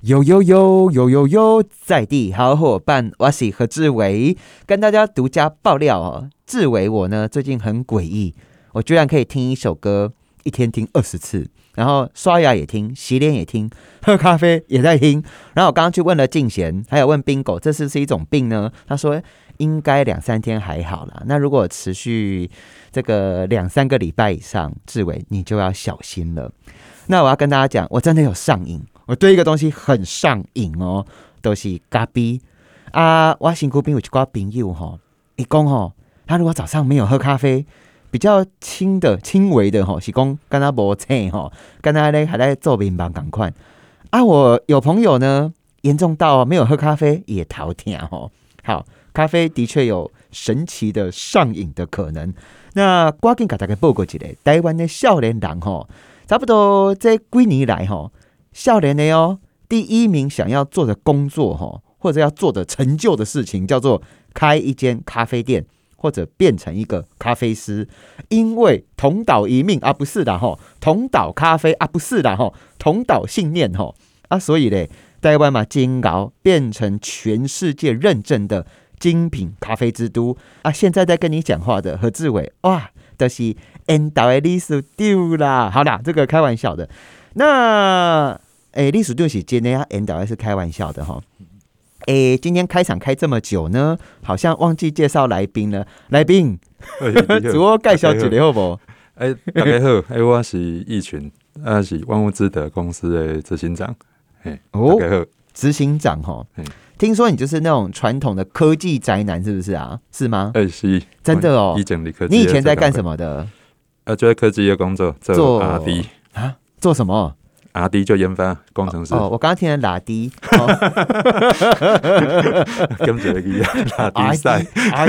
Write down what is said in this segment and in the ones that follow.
呦呦呦呦呦呦，在地好伙伴，我是何志伟，跟大家独家爆料哦。志伟我呢最近很诡异，我居然可以听一首歌，一天听20次，然后刷牙也听，洗脸也听，喝咖啡也在听。然后我刚刚去问了静贤，还有问 Bingo， 这是一种病呢？他说应该2-3天还好啦，那如果持续这个2-3个礼拜以上，志伟你就要小心了。那我要跟大家讲，我真的有上瘾。我对一个东西很上瘾哦，都是咖啡啊。我身躯边有一挂朋友吼，他讲吼，他如果早上没有喝咖啡，比较轻微的吼，是讲跟他无醒吼，跟他咧还在做面包赶快啊。我有朋友呢，严重到没有喝咖啡也头痛吼。好，咖啡的确有神奇的上瘾的可能。那赶紧给大家报告一下，台湾的少年人吼，差不多这几年来吼。少年的哦，第一名想要做的工作或者要做的成就的事情，叫做开一间咖啡店，或者变成一个咖啡师。因为同岛一命啊，不是的同岛咖啡啊，不是的同岛信念啊，所以嘞，台湾嘛，金鳌变成全世界认证的精品咖啡之都啊。现在在跟你讲话的何志伟，哇，就是因岛的历史丢啦。好啦，这个开玩笑的。那历史对是真的，引导是开玩笑的哈。今天开场开这么久呢，好像忘记介绍来宾了。来宾，自我介绍一下好不好？ 大家好，我是义群，是万物之德公司的执行长。大家好， 执行长哈。听说你就是那种传统的科技宅男，是不是啊？是吗？ 是， 真的哦。你以前在干什么的？ 就在科技业工作，做 RD 啊。做什么 ？RD 就研发工程师。 我刚刚听成拉低， 跟着那个拉低赛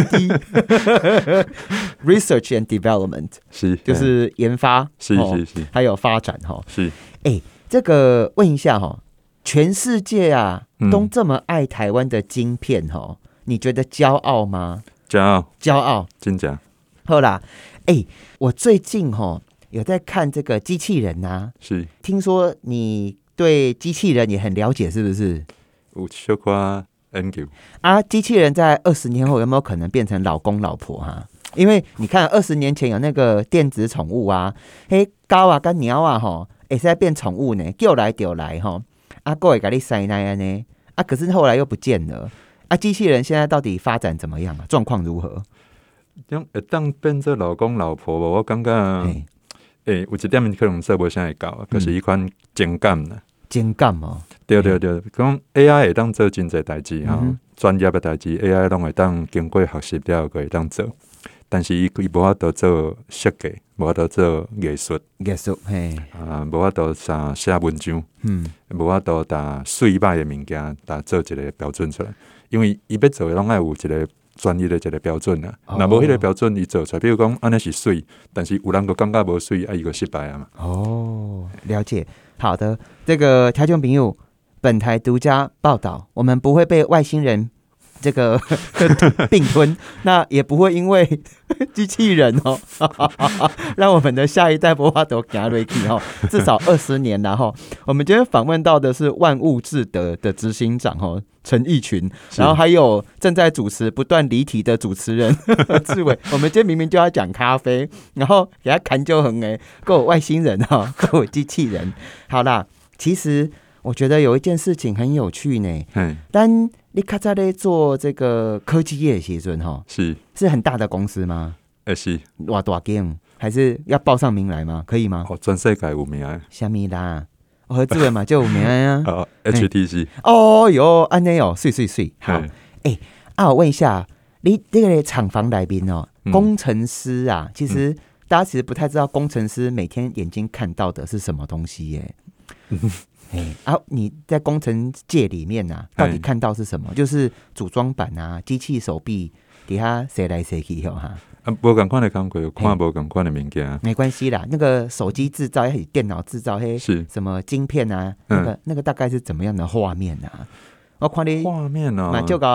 ，RD，Research and Development 是， 就是研发， 是， 还有发展是。 这个问一下全世界啊都这么爱台湾的晶片你觉得骄傲吗？ 骄傲，真的。 好啦，我最近有在看这个机器人啊， 是。听说你对机器人也很了解，是不是？ 有小可研究啊，机器人在20年后有没有可能變成老公老婆哈？因為你看20年前有那個電子寵物啊，狗啊跟鳥啊會使變寵物呢，叫來就來啊，還會給你塞奶呢啊，可是後來又不見了啊，機器人現在到底發展怎麼樣啊？狀況如何？ 會當變做老公老婆我感覺有一點可能說不啥會到，就是一款情感啦。 情感哦， 對，講 AI 會當做真濟代誌專業的代誌 AI 攏會當經過學習了會當做，但是伊無法度做設計，無法度做藝術，無法度寫文章，無法度打水歹的物件，打做一個標準出來，因為伊要做的攏愛有一個專業的一個標準啊。若無迄個標準，伊做出來，比如講安尼是水，但是有人個感覺無水，伊個失敗啊嘛。 了解。好的，这个聽眾朋友，本台獨家報道，我們不會被外星人這個併吞，那也不會因為機器人讓我們的下一代不法度行下去至少20年了我們今天訪問到的是萬物智德的執行長陳義群，然後還有正在主持不斷離題的主持人志偉。我們今天明明就要講咖啡，然後給他砍就很夠有外星人夠有機器人。好啦，其實我覺得有一件事情很有趣呢。但你較早在做這個科技業的時候是很大的公司嗎？ 是。 偌大間？還是要報上名來嗎？可以嗎？ 全世界有名的。 什麼啦？何志偉嘛就有名啊。 HTC。 喲，安尼水。好，我問一下，你這個廠房裡面工程師啊，其實大家其實不太知道工程師每天眼睛看到的是什麼東西耶。你在工程界裡面啊，到底看到是什麼？就是組裝板啊，機器手臂底下射來射去無同款的工作，看無同款的物件。 沒關係啦，那個手機製造還是電腦製造，是什麼晶片啊？那個大概是怎麼樣的畫面啊？我看你畫面哦， 就搞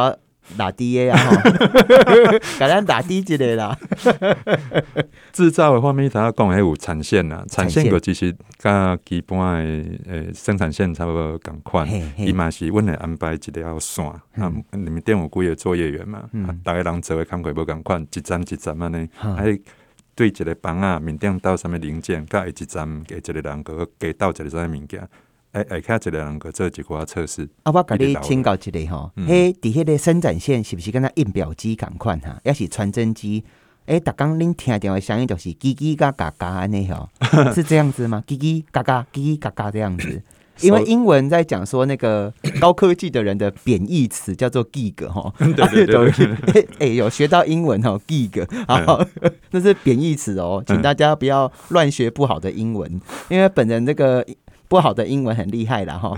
打低的啊，给咱打低一个啦。 制造的方面，他讲还有产线啦，产线个其实甲基本的生产线差不多同款，伊嘛是阮会安排一条线，里面店有几个作业员嘛，大家人做的工课无同款，一站一站安尼，还对一个房啊面顶倒什么零件，甲一站给一个人个加倒一个什么物件。下骹一个人个做一寡测试。 我甲你请教一个吼，迄伫迄个生产线是不是跟那印表机同款哈？也是传真机？逐工恁听到的声音就是叽叽嘎嘎嘎安尼吼，是这样子吗？叽叽嘎嘎，叽叽嘎嘎这样子。因为英文在讲说那个高科技的人的贬义词叫做 geek 哈，对，有学到英文哈 geek， 好，那是贬义词哦，请大家不要乱学不好的英文，因为本人这个。不好的英文很厉害啦齁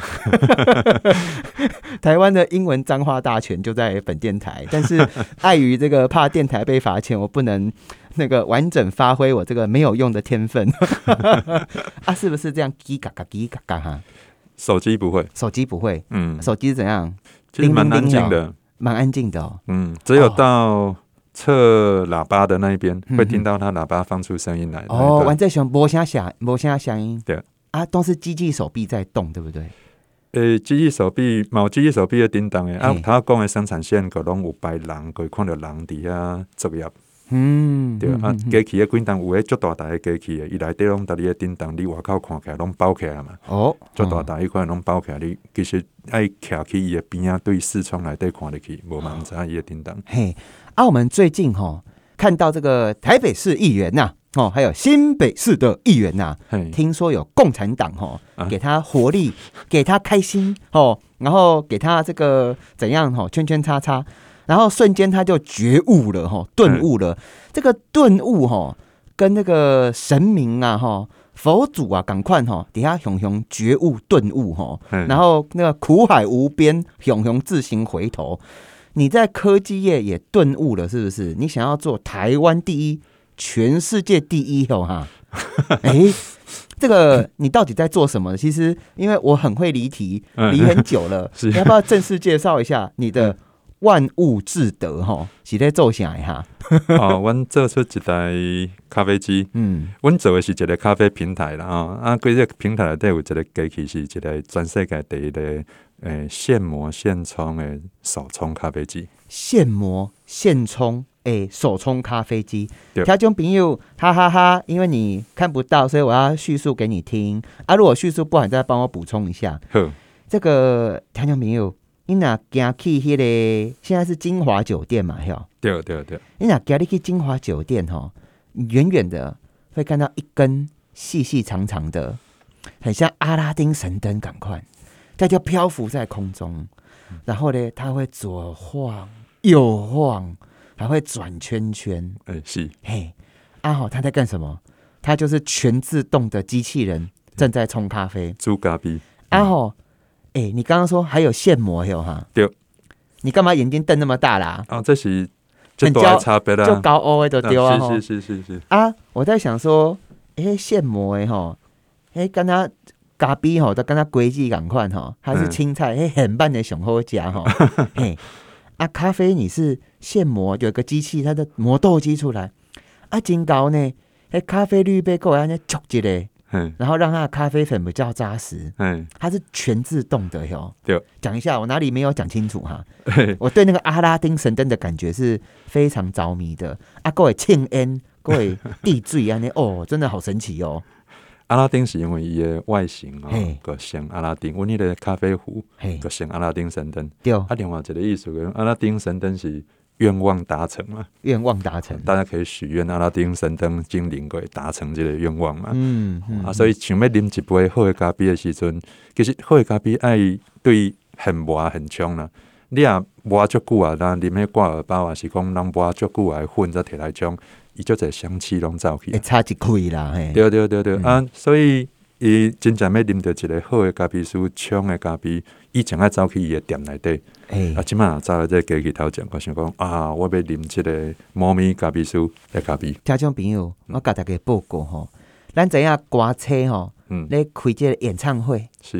台湾的英文脏话大全就在本电台，但是碍于这个怕电台被罚钱，我不能那个完整发挥我这个没有用的天分啊，是不是这样叽嘎嘎叽嘎嘎哈？ 手机不会， 手机不会，手机怎样？ 其实蛮安静的， 蛮安静的哦。 只有到侧喇叭的那一边会听到它喇叭放出声音来。 哦，完全像没啥声音。 对。 啊，都是机器手臂在动，对不对？ 机器手臂，冇机器手臂的叮当的啊，他讲的生产线个拢有摆人，可以看到人伫遐作业。对啊，机器的叮当有迄足大台的机器的，伊内底拢搭你的叮当，你外口看起来拢包起来嘛。哦，足大台，伊可能拢包起来，你其实爱徛去伊的边啊，对视窗内底看入去，无茫知伊的叮当。 嘿，我们最近看到这个台北市议员呐。还有新北市的议员呐，听说有共产党给他活力，给他开心然后给他这个怎样圈圈叉叉，然后瞬间他就觉悟了顿悟了。这个顿悟跟那个神明啊佛祖啊赶快底下熊熊觉悟顿悟然后那个苦海无边，熊熊自行回头。你在科技业也顿悟了，是不是？你想要做台湾第一？全世界第一哈，这个你到底在做什么？其实因为我很会离题，离很久了，要不要正式介绍一下你的万物智德是在做啥哈？ 阮做出一台咖啡机，阮做的是一个咖啡平台啦啊，这个平台内底有一个机器是一个全世界第一个现磨现冲的手冲咖啡机， 现磨现冲。手冲咖啡机，听众朋友，哈哈哈！因为你看不到，所以我要叙述给你听啊。如果叙述不好，你再帮我补充一下。这个听众朋友，你若行去那个现在是金华酒店嘛？ 对。 你若行去金华酒店远远的会看到一根细细长长的，很像阿拉丁神灯赶快，它就漂浮在空中，然后呢，它会左晃右晃。还会转圈圈， 是， 他在干什么？他就是全自动的机器人正在冲咖啡， 煮咖啡。 你刚刚说还有现磨哈？对，你干嘛眼睛瞪那么大啦？ 这是很大的差别啦， 就高 O 的丢啊！ 是我在想说，现磨跟他咖啡都跟他规矩赶快还是青菜，很慢的上好吃咖啡你是现磨，有一个机器，它的磨豆机出来真高呢。咖啡滤杯够安尼戳一个，然后让它的咖啡粉比较扎实。它是全自动的哟。对，讲一下我哪里没有讲清楚哈？我对那个阿拉丁神灯的感觉是非常着迷的各位庆烟，各位地水安尼真的好神奇哦。 阿拉丁是因为伊的外形个像阿拉丁，阮迄个咖啡壶个像阿拉丁神灯。对，另外一个意思，阿拉丁神灯是愿望达成嘛？愿望达成，大家可以许愿阿拉丁神灯精灵可以达成这个愿望嘛？所以想要啉一杯好的咖啡的时阵，其实好的咖啡爱对很磨很冲啦。你也磨足久啊，咱啉迄挂耳包啊，是讲人磨足久啊，粉再摕来冲。伊就在香气拢走去，差一开啦，对所以伊真正要啉到一个好的咖啡师冲的咖啡，以前爱走去伊的店内底，即摆走来这机器头前，我想讲我要啉这个猫咪咖啡师的咖啡。 听众朋友，我甲大家报告咱知影歌车咧开这个演唱会， 是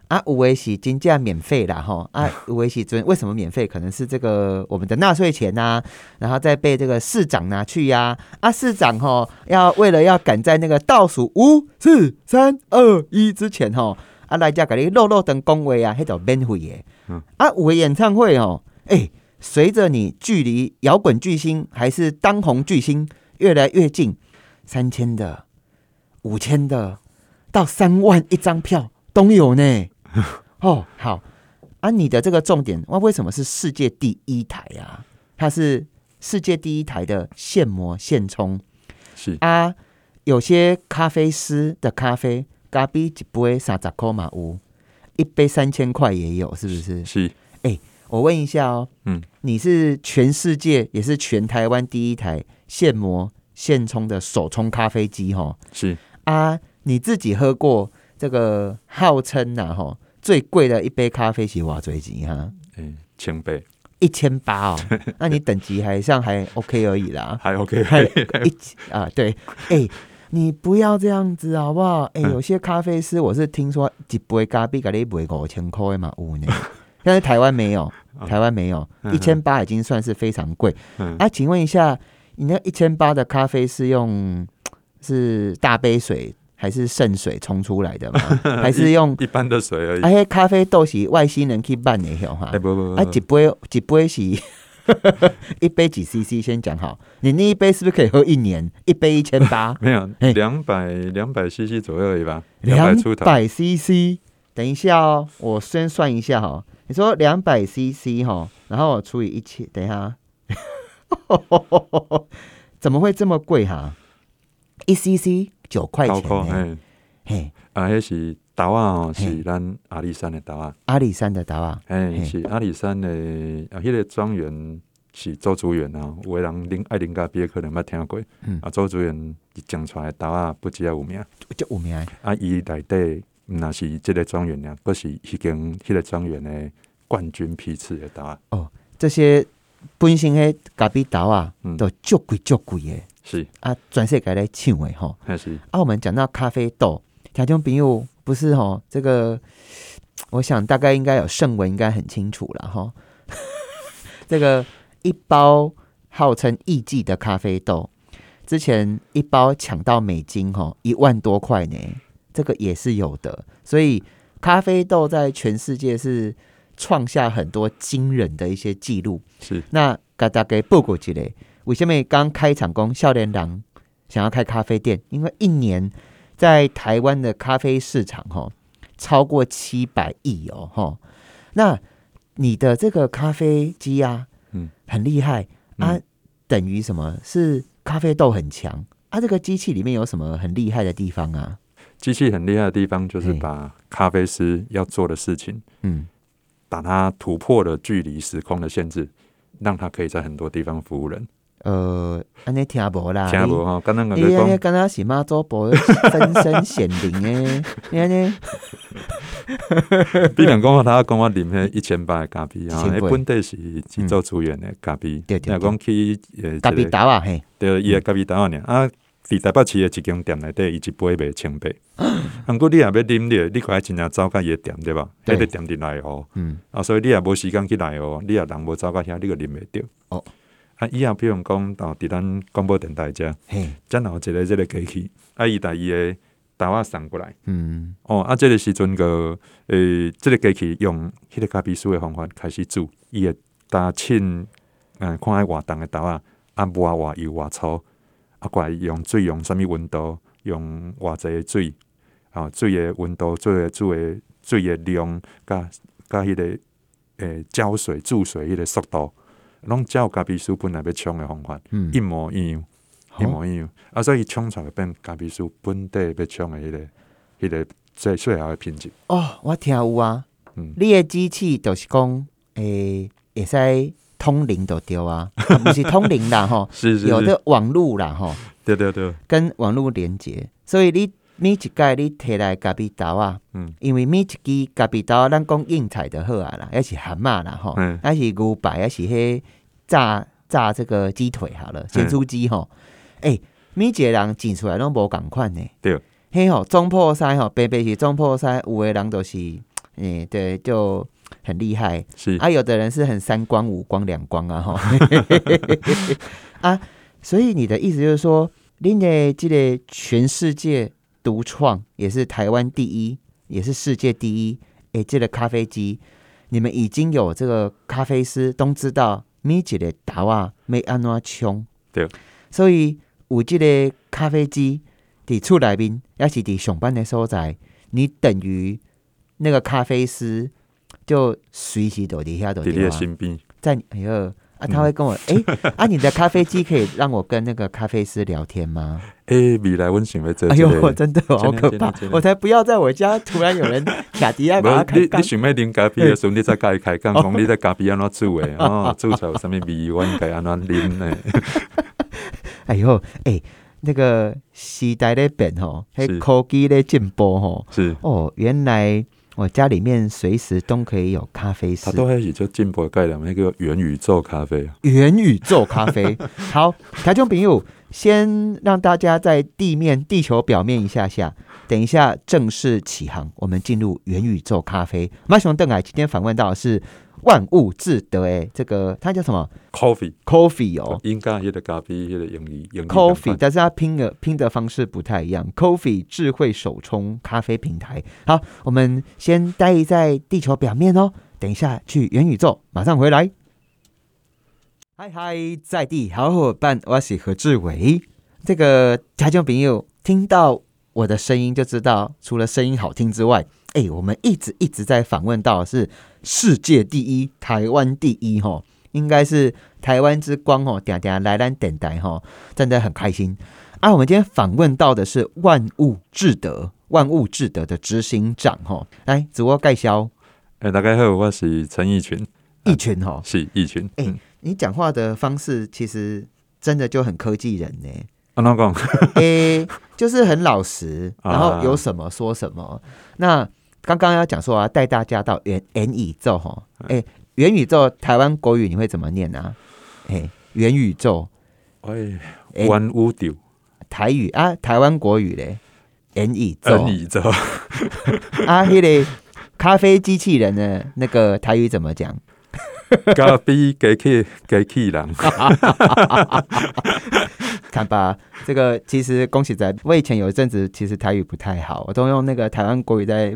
啊，有的是真正免费啦吼，啊，有的是为什么免费？可能是这个我们的纳税钱呐，然后再被这个市长拿去呀，啊，市长吼为了要赶在那个倒数5、4、3、2、1之前吼，啊，来家给你漏灯恭维啊，迄种免费的，啊，有的演唱会吼，随着你距离摇滚巨星还是当红巨星越来越近，3000的、5000的，到3万一张票都有呢。哦，好啊，你的这个重点，为什么是世界第一台啊？它是世界第一台的现磨现冲， 是啊。有些咖啡师的咖啡，咖啡一杯30块嘛有，一杯3000块也有，是不是？ 是。 我问一下哦，你是全世界也是全台湾第一台现磨现冲的手冲咖啡机吼？是啊，你自己喝过这个号称吼最贵的一杯咖啡是多少钱哈 ？1000倍 ，1800哦。那你等级还 OK 而已啦， 还 OK， 对，你不要这样子好不好？有些咖啡师我是听说一杯咖啡给你卖5000块嘛有呢。但是台湾没有，1800已经算是非常贵。请问一下，你那1800的咖啡是大杯水还是圣水冲出来的吗？还是用一般的水而已？ 咖啡豆是外星人去拌的哈？ 不， 一杯是一杯几 CC？ 先讲好，你那一杯是不是可以喝1年？一杯1800？ 没有，200 CC 左右而已吧？200出头。 200 CC， 等一下哦，我先算一下哈。你说200 CC 哈，然后我除以1000，等一下，怎么会这么贵哈？1 CC 9块钱呢？那是豆啊，是咱阿里山的豆啊。 阿里山的豆啊， 是阿里山的迄个庄园是周竹园啊。有的人爱啉咖啡可能捌听过。周竹园种出来的豆啊，不只有名， 就有名啊，伊内底。那是这个庄园呢，还是迄个庄园的冠军批次的豆啊？ 哦，这些本身的咖啡豆啊，都足贵的。 是啊，全世界来抢的吼。 是啊，我们讲到咖啡豆，听众朋友不是吼，这个我想大概应该有圣文，应该很清楚了哈。这个一包号称艺伎的咖啡豆，之前一包抢到美金1万多块呢。这个也是有的，所以咖啡豆在全世界是创下很多惊人的一些记录。 是， 那给大家报告一下，为什么刚开场讲少年人想要开咖啡店？因为一年在台湾的咖啡市场超过700亿哦。那你的这个咖啡机啊，很厉害啊，等于什么？是咖啡豆很强啊？这个机器里面有什么很厉害的地方啊？ 机器很厉害的地方就是把咖啡师要做的事情，把它突破了距离时空的限制，让它可以在很多地方服务人。 安尼听无啦， 听无吼，刚刚你安尼敢若是妈祖婆分身显灵诶，你安尼， 比如讲他讲我啉迄1800的咖啡啊，本地是做资源的咖啡，若讲去咖啡豆啊，嘿， 对，伊的咖啡豆尔啊。伫台北市的一间店内底，伊一杯卖1000八。不过你也要啉你快真正走到伊的店对吧？迄个店伫内湖，所以你也无时间去内湖，你也人无走到遐，你就啉袂着。哦，以后比如讲伫咱广播电台遮，咱有一个这个机器，伊把伊的豆仔送过来。这个时阵个这个机器用迄个咖啡师的方法开始煮，伊会打浸看爱偌重的豆仔，磨偌油偌粗。过来用水用什么温度？用偌济水？水的温度、水的量，甲迄个浇水、注水迄个速度，拢照咖啡师本来要冲的方法，一模一样，一模一样。所以冲出来变咖啡师本地要冲的迄个最好的品质。 哦，我听有啊，你的机器就是讲，会使。通灵就对啊，不是通灵啦吼， 是有的网路啦吼， 对， 跟网路连接，所以你每一届你摕来咖啡豆啊，因为每一支咖啡豆咱讲应采就好啊啦，还是蛤蟆啦吼，还是牛排，还是迄炸这个鸡腿好了，咸酥鸡吼，每一个人煮出来拢无同款呢， 对， 嘿吼，中破塞吼，白是中破塞，有的人就是。 对，就很厉害。 是啊，有的人是很3光、5光、2光啊，哈。啊，所以你的意思就是说，您的这个全世界独创，也是台湾第一，也是世界第一，这个咖啡机，你们已经有这个咖啡师都知道每一个豆啊要安怎冲， 对， 所以有这个咖啡机在厝内面，也是在上班的所在，你等于那个咖啡师就随时都在遐在你的身边， 在他会跟我你的咖啡机可以让我跟那个咖啡师聊天吗？ 未来阮想要做哎这个， 呦，真的好可怕！我才不要在我家突然有人卡迪亚把它开你想要啉咖啡的时候，你再甲伊开讲，讲你在咖啡安怎煮的，煮出来有啥物味，我应该安怎啉呢？ 哎呦，那个时代在变吼，科技在进步吼， 是原来我家里面随时都可以有咖啡师， 它都还是就进步的概念，那个元宇宙咖啡。 元宇宙咖啡，好，听众朋友，先让大家在地球表面一下下，等一下正式起航，我们进入元宇宙咖啡。马熊邓海今天访问到的是万物智德，这个它叫什么 ？Coffee 哦， 应该那个咖啡那个英语 Coffee， 但是它拼的方式不太一样。Coffee 智慧手冲咖啡平台。好，我们先待在地球表面哦，等一下去元宇宙，马上回来。嗨嗨，在地好伙伴，我是何志伟。这个听众朋友听到我的声音就知道，除了声音好听之外，我们一直在访问到的是世界第一、台湾第一吼，应该是台湾之光吼，定定来咱电台吼，真的很开心啊！我们今天访问到的是万物智德的执行长吼，来自我介绍。 大家好，我是陈义群。 义群吼， 是义群。 你讲话的方式其实真的就很科技人呢。 怎么讲？ 就是很老实，然后有什么说什么。那刚刚要讲说啊，带大家到元宇宙哈。元宇宙台湾国语你会怎么念啊？元宇宙， 万物宙。 台语啊，台湾国语嘞，元宇宙。 元宇宙。 啊，那个咖啡机器人呢？那个台语怎么讲？ 咖啡机器人。 看吧，这个其实恭喜在，我以前有一阵子其实台语不太好，我都用那个台湾国语在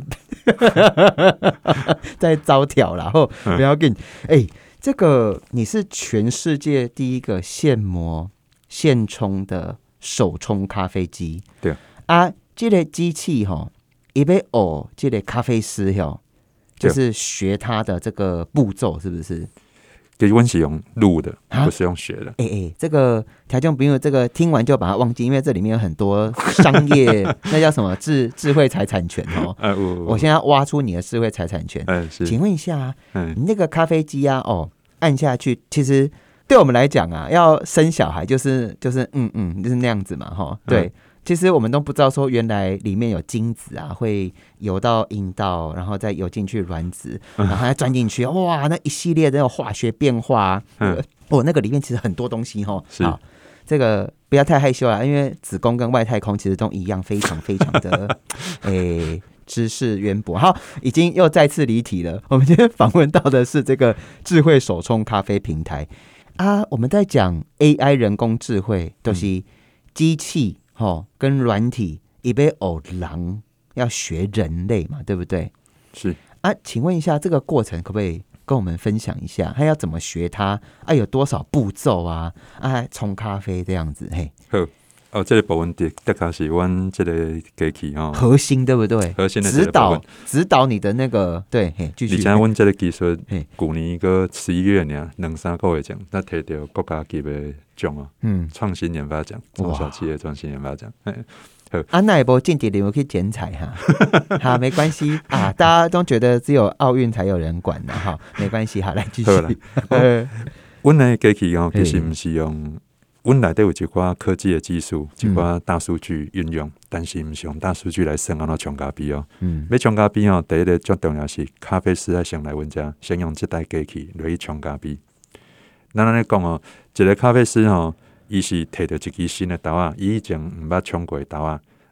在招挑，然后不要紧。这个你是全世界第一个现磨现冲的手冲咖啡机， 对啊，这个机器哈，也被这个咖啡师就是学他的这个步骤，是不是？ 其实我是用录的，不是用学的。 这个条件不用这个听完就把它忘记，因为这里面有很多商业那叫什么智慧财产权哦。我现在要挖出你的智慧财产权。请问一下你那个咖啡机啊，按下去，其实对我们来讲啊，要生小孩就是就是那样子嘛，哈，对。其实我们都不知道说原来里面有精子啊，会游到阴道，然后再游进去卵子，然后再钻进去，哇，那一系列的那种化学变化，那个里面其实很多东西哈。好，这个不要太害羞啦，因为子宫跟外太空其实都一样，非常非常的知识渊博。好，已经又再次离题了。我们今天访问到的是这个智慧手冲咖啡平台啊，我们在讲 AI 人工智慧，都是机器。跟软体也被人要学人类嘛，对不对？ 是啊，请问一下这个过程可不可以跟我们分享一下？他要怎么学它啊？有多少步骤啊？冲咖啡这样子， 好，这个部分的确是我们这个机器核心对不对？ 核心的指导你的那个对，继续。 而且我们这个技术，去年个11月呢，2-3个月奖，那摕到国家级的奖啊，创新研发奖，中小企业创新研发奖。 那也不进底流去剪彩哈，好，没关系啊，大家都觉得只有奥运才有人管的哈，没关系，好，来继续。 我们的机器其实不是用。阮内底有一寡科技的技术，一寡大数据运用，但是毋是用大数据来算安怎冲咖啡哦。要冲咖啡第一个最重要是咖啡师要先来阮遮，先用这台机器来去冲咖啡。咱安尼讲一个咖啡师伊是摕到一支新的豆仔，伊以前毋捌冲过的豆仔，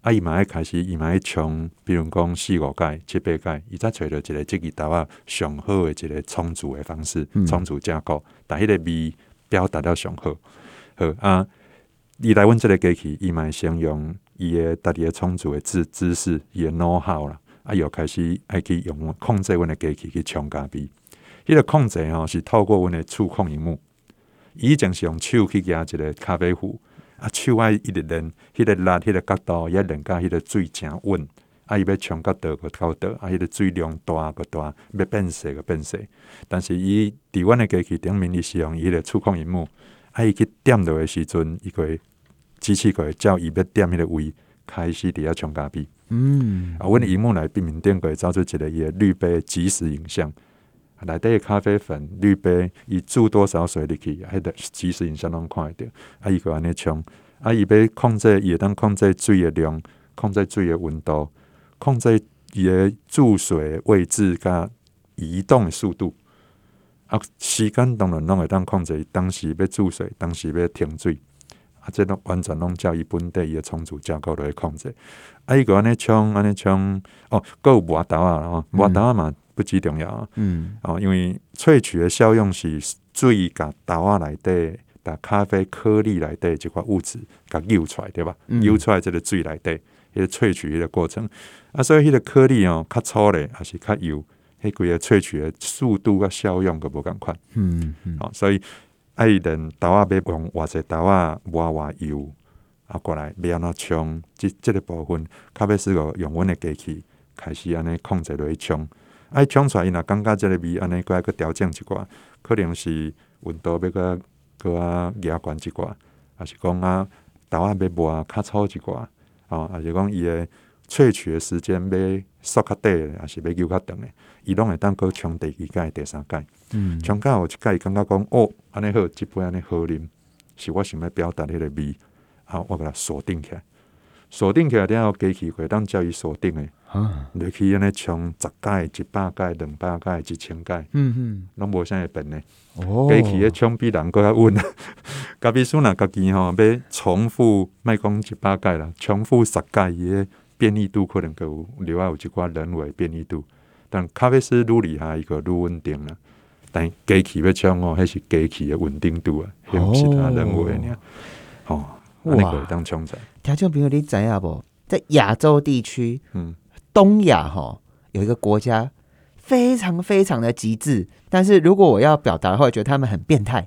伊嘛爱开始，伊嘛爱冲，比如讲4、5届、7、8届，伊才找到一个即个豆仔上好的一个冲煮的方式，冲煮架构，但迄个味表达了上好。好啊，伊来阮即个机器，伊嘛先用伊的家己的冲煮的知识，伊的 know how 啦，又开始爱去用控制阮的机器去冲咖啡。迄个控制是透过阮的触控荧幕，以前是用手去压一个咖啡壶。手爱一直练，迄个力、迄个角度，也练到迄个水诚稳。伊要冲到倒个到倒，迄个水量大个大，要变细个变细。但是伊伫阮的机器顶面，伊是用伊个触控荧幕，伊去点落的时阵，伊个机器个照伊要点迄个位，开始伫遐冲咖啡。阮的荧幕内面顶个照出一个伊个滤杯即时影像。内底的咖啡粉、滤杯，伊注多少水入去，迄个即时影像拢看会到。伊个安尼冲，伊要控制，伊会当控制水的量，控制水的温度，控制伊的注水的位置甲移动的速度。时间当然拢会当控制，当时要注水，当时要停水。这拢完全拢照伊本地伊的冲煮架构来控制。伊个安尼冲，哦，还有磨豆仔磨豆仔嘛。不止重要因为萃取的效用是水甲豆仔内底、甲咖啡颗粒内底一块物质，甲扭出来，对吧？扭出来这个水内底，迄个萃取的过程所以迄个颗粒较粗咧，还是较幼，迄规个萃取的速度甲效用ก็无共款。所以爱练豆仔要用偌济豆仔磨幼，过来要安怎冲，这个部分，咖啡师个用阮的机器开始安尼控制落去冲。冲出来，伊若感觉即个味安尼，搁调整一寡，可能是温度要搁压悬一寡，还是讲豆仔要磨较粗一寡，还是讲伊的萃取的时间要缩较短，还是要扭较长的，伊拢会当搁冲第2届、第3届。冲到有一届，伊感觉讲安尼好，即杯安尼好啉，是我想要表达迄个味，我甲它锁定起来。锁定起来了后，机器会当叫伊锁定的，落去安尼冲10届、100届、200届、1000届，拢无啥会变的。机器咧冲比人搁较稳。咖啡师若家己要重复，莫讲100届啦，重复10届，伊个变异度可能搁有另外有一寡人为变异度。但咖啡师愈厉害，伊个愈稳定啦。但机器要冲迄是机器的稳定度啊，迄毋是他人为的尔。哇！当冲出来， 听众朋友，你知影无？在亚洲地区，东亚有一个国家非常非常的极致，但是如果我要表达的话，我觉得他们很变态。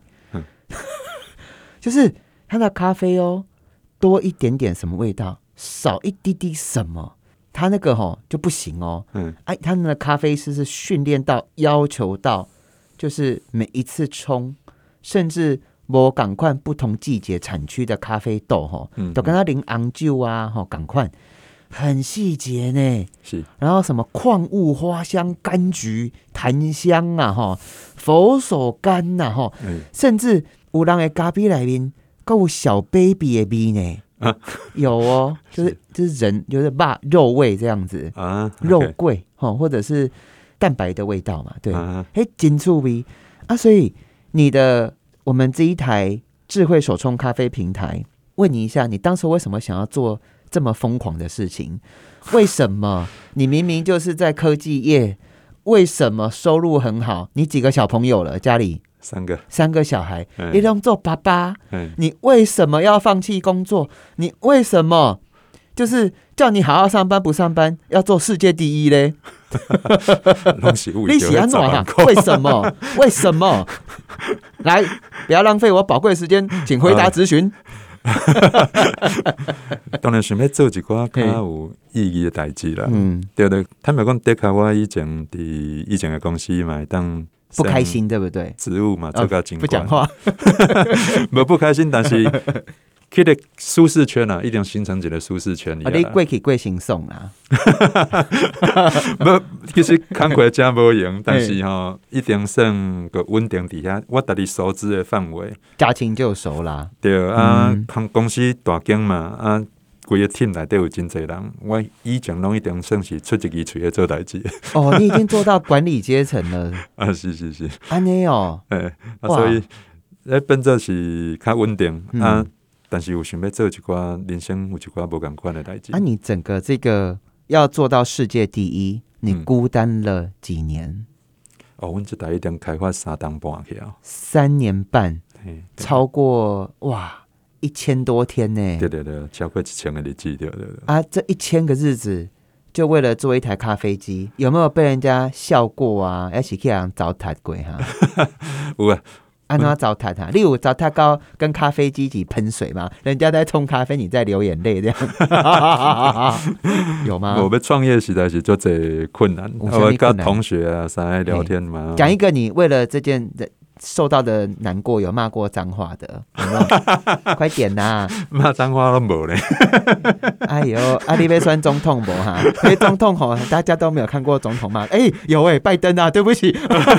就是他的咖啡多一点点什么味道，少一滴滴什么，他那个就不行他们的咖啡师是训练到要求到，就是每一次冲，甚至无赶快不同季节产区的咖啡豆都跟他淋红酒啊赶快很细节呢。 是， 然后什么矿物花香、柑橘、檀香啊佛手柑啊甚至有人的咖啡里面还有小 baby 的味呢。有就是人就是肉味这样子肉桂或者是蛋白的味道嘛，对，真趣味所以我们这一台智慧手冲咖啡平台，问你一下，你当时为什么想要做这么疯狂的事情？为什么你明明就是在科技业，为什么收入很好？你几个小朋友了？家里3个小孩，你都做爸爸，你为什么要放弃工作？你为什么就是叫你好好上班不上班，要做世界第一嘞？ 你喜欢哪？为什么？为什么？来，不要浪费我宝贵时间，请回答咨询。 当然想要做一寡较有意义的代志啦。对，坦白讲，的确我以前的公司嘛，当不开心，对不对？ 职务嘛，做到尽不讲话， 不开心，但是去个舒适圈一定形成一个舒适圈。 你过去过轻松啦。 其实工课真无用，但是一定算个稳定底下，我大家熟知的范围， 驾轻就熟啦。 对公司大间嘛规个 team 内底有真侪人，我以前拢一定算是出一支嘴做代志。 你已经做到管理阶层了。 是，安尼所以变做是较稳定但是有想要做一寡人生有一寡无共款的代志。 啊，你整个这个要做到世界第一，你孤单了几年？ 阮这台一定开发3年半去啊 ，3年半，超过哇1000多天呢。 对，超过1000个日子，对。 啊，这1000个日子。就为了做一台咖啡机，有没有被人家笑过啊？还是去人糟蹋过哈？ 有啊， 按怎糟蹋他？例如糟蹋高跟咖啡机一起喷水嘛？人家在冲咖啡，你在流眼泪这样，有吗？ 我们创业实在是做这困难，我跟同学啊上来聊天嘛。 讲一个你为了这件受到的难过，有骂过脏话的，有没有？快点啦！ 骂脏话都没嘞。 哎呦，你要选总统不哈？总统吼，大家都没有看过总统骂。有拜登啊，对不起。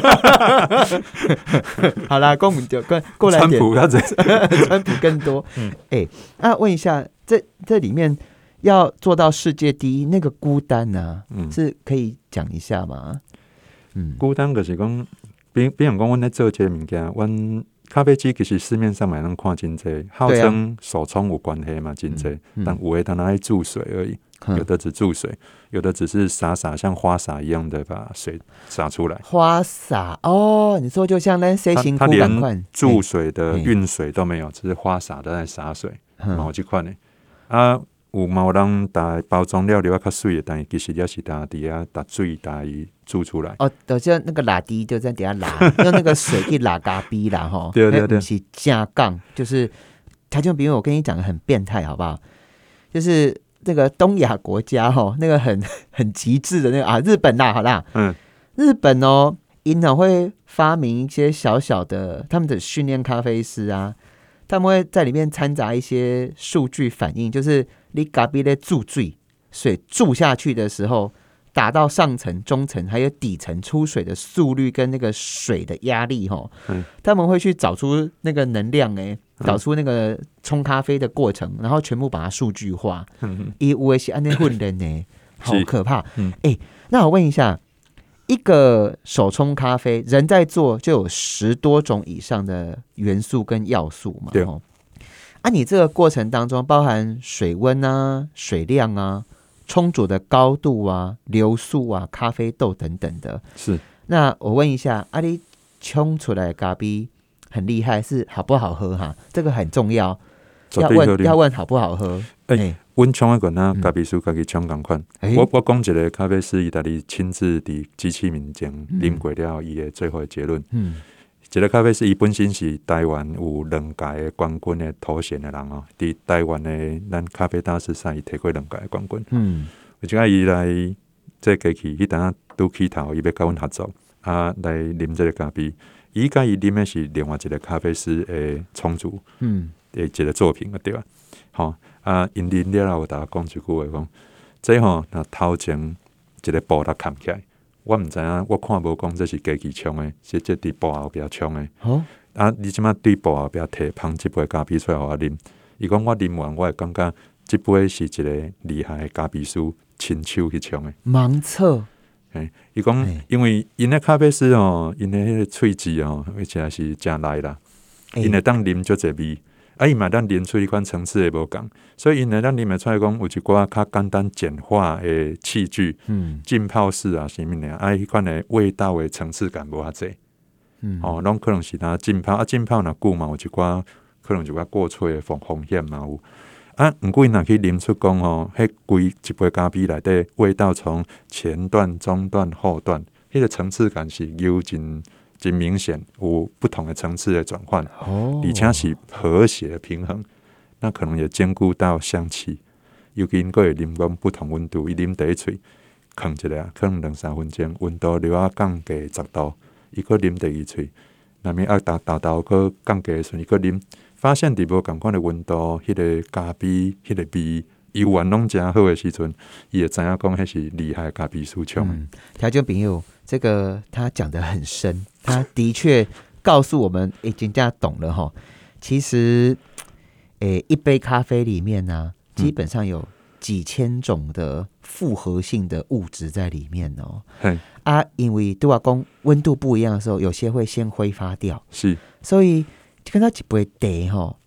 好啦，公民就过来点。川普更多。问一下，这里面要做到世界第一，那个孤单啊，是可以讲一下吗？ 孤单就是讲。比如讲，阮咧做这个物件，阮咖啡机其实市面上嘛能看真济，号称手冲有关系嘛，真济，但有的当然爱注水而已，有的只注水，有的只是洒像花洒一样的把水洒出来。 花洒哦，你说就像那C型它连注水的运水都没有，只是花洒都在洒水，有这款的啊。有人打包装料较水的，但是其实也是打底下打水打伊煮出来。 哦，就像那个拉滴就在底下拉，用那个水去拉咖啡啦，哈。 对， 不是加杠，就是他就比如我跟你讲的很变态，好不好？就是那个东亚国家哈，那个很极致的那个日本啦，好啦，日本哦，因会发明一些小小的他们的训练咖啡师啊，他们会在里面掺杂一些数据反应，就是你咖啡在注水注下去的时候，打到上层、中层还有底层出水的速率跟那个水的压力他们会去找出那个能量找出那个冲咖啡的过程，然后全部把它数据化。有的是按那混人呢，好可怕。那我问一下，一个手冲咖啡，人在做就有10多种以上的元素跟要素嘛？ 对。 你这个过程当中包含水温啊、水量啊、冲煮的高度啊、流速啊、咖啡豆等等的。 是。那我问一下，你冲出来的咖啡很厉害，是好不好喝哈？这个很重要，要问好不好喝。 阮冲的罐咖啡师家己冲同款。我讲一个咖啡师意大利亲自伫机器面前啉过了伊的最后的结论。一个咖啡师，伊本身是台湾有2届的冠军的头衔的人哦，伫台湾的咱咖啡大师赛，伊摕过2届的冠军。有一摆伊来这机器，迄当拄起头，伊要甲阮合作来啉这个咖啡。伊甲伊啉的是另外一个咖啡师的冲煮的一个作品对吧？因啉了后，我大家讲一句话讲，这那头前一个布拉砍起来。我毋知影，我看无讲这是机器冲的，是这伫布后壁冲的。你即马对布后壁摕捧一杯咖啡出来互我啉，伊讲我啉完，我会感觉这杯是一个厉害的咖啡师亲手去冲的。 盲测。 伊讲，因为因的咖啡师因的迄个喙齿而且是真利啦，因会当啉足侪味。伊嘛咱啉出迄款层次会无共，所以因为咱啉会出来讲有一寡较简单简化的器具，浸泡式啊什么的，迄款的味道的层次感无遐济，拢可能是他浸泡浸泡若久嘛，有一寡可能一寡过脆的风险嘛有。毋过因若去啉出讲迄规一杯咖啡内底味道从前段、中段、后段，迄个层次感是有真明显，有不同的层次的转换，而且是和谐的平衡，那可能也兼顾到香气。尤其因个会啉讲不同温度，伊啉第一喙，放一下，可能2-3分钟，温度留降低10度，伊个啉第二喙，那么达到个降低的时阵，伊个啉，发现伫无共款的温度，迄个咖啡，迄个味。伊玩拢真好的时阵，伊会知影讲迄是厉害的咖啡师冲的。 听众朋友，这个他讲得很深，他的确告诉我们，真正懂了哈。其实，一杯咖啡里面呢，基本上有几千种的复合性的物质在里面哦。因为对我讲温度不一样的时候，有些会先挥发掉， 是， 所以跟他一杯茶哈。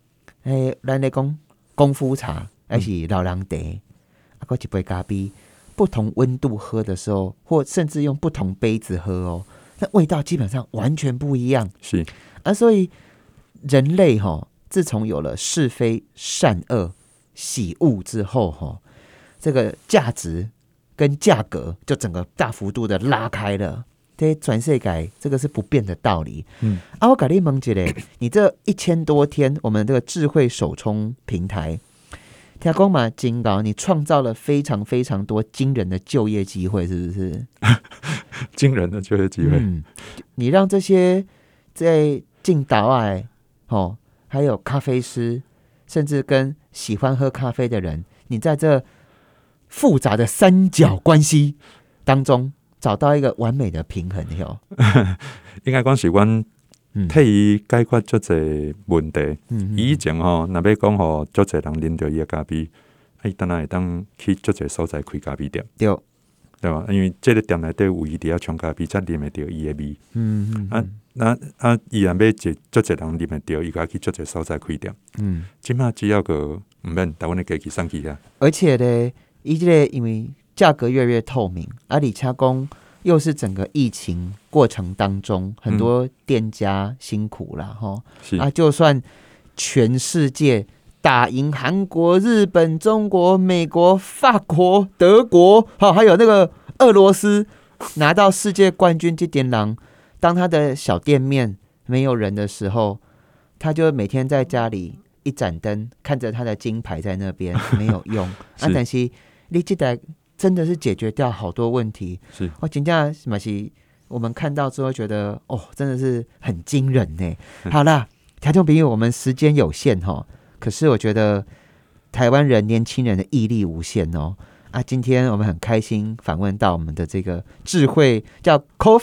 咱咧讲功夫茶还是老人茶，还一杯咖啡，不同温度喝的时候，或甚至用不同杯子喝哦，那味道基本上完全不一样。 是所以人类自从有了是非善恶喜恶之后这个价值跟价格就整个大幅度的拉开了。这全世界这个是不变的道理。我跟你问一下，你这1000多天，我们这个智慧手冲平台，听说嘛，金高，你创造了非常非常多惊人的就业机会，是不是？ 惊人的就业机会。 你让这些在进岛还有咖啡师，甚至跟喜欢喝咖啡的人，你在这复杂的三角关系当中找到一个完美的平衡应该讲是阮替伊解决足侪问题。以前若要讲吼，足侪人啉到伊的咖啡，伊当然会当去足侪所在开咖啡店， 对吧？因为这个店内底有伊伫遐冲咖啡，才啉会到伊的味。伊若要足侪人啉会到，伊家去足侪所在开店。即马只要个毋免台湾的机器送去遐， 而且呢，伊这个因为价格越来越透明，而且讲又是整个疫情过程当中，很多店家辛苦啦就算全世界打赢韩国、日本、中国、美国、法国、德国，还有那个俄罗斯拿到世界冠军，这点人当他的小店面没有人的时候，他就每天在家里一盏灯看着他的金牌在那边没有用但是你这台真的是解决掉好多问题。 是真的是我们看到之后觉得真的是很惊人呢。好啦，听众朋友，我们时间有限可是我觉得台湾人年轻人的毅力无限今天我们很开心访问到我们的这个智慧叫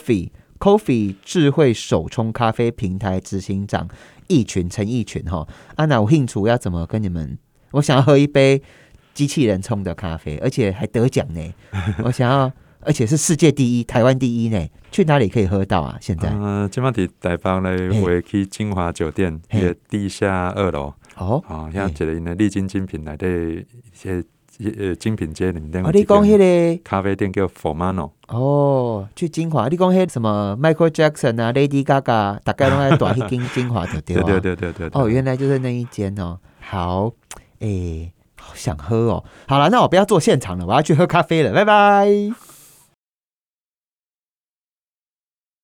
Coffee 智慧手冲咖啡平台执行长陈义群那我兴趣要怎么跟你们，我想要喝一杯机器人冲的咖啡，而且还得奖呢我想要，而且是世界第一、台湾第一呢，去哪里可以喝到啊？现在即马伫台北咧，会去金华酒店的地下2楼遐一个因的丽晶精品内底精品街里面你讲迄个咖啡店叫 Formano 去金华，你讲迄什么 Michael Jackson 啊 Lady Gaga 大概都在大迄间金华的对吧？对原来就是那一间好好想喝好了，那我不要做现场了，我要去喝咖啡了，拜拜。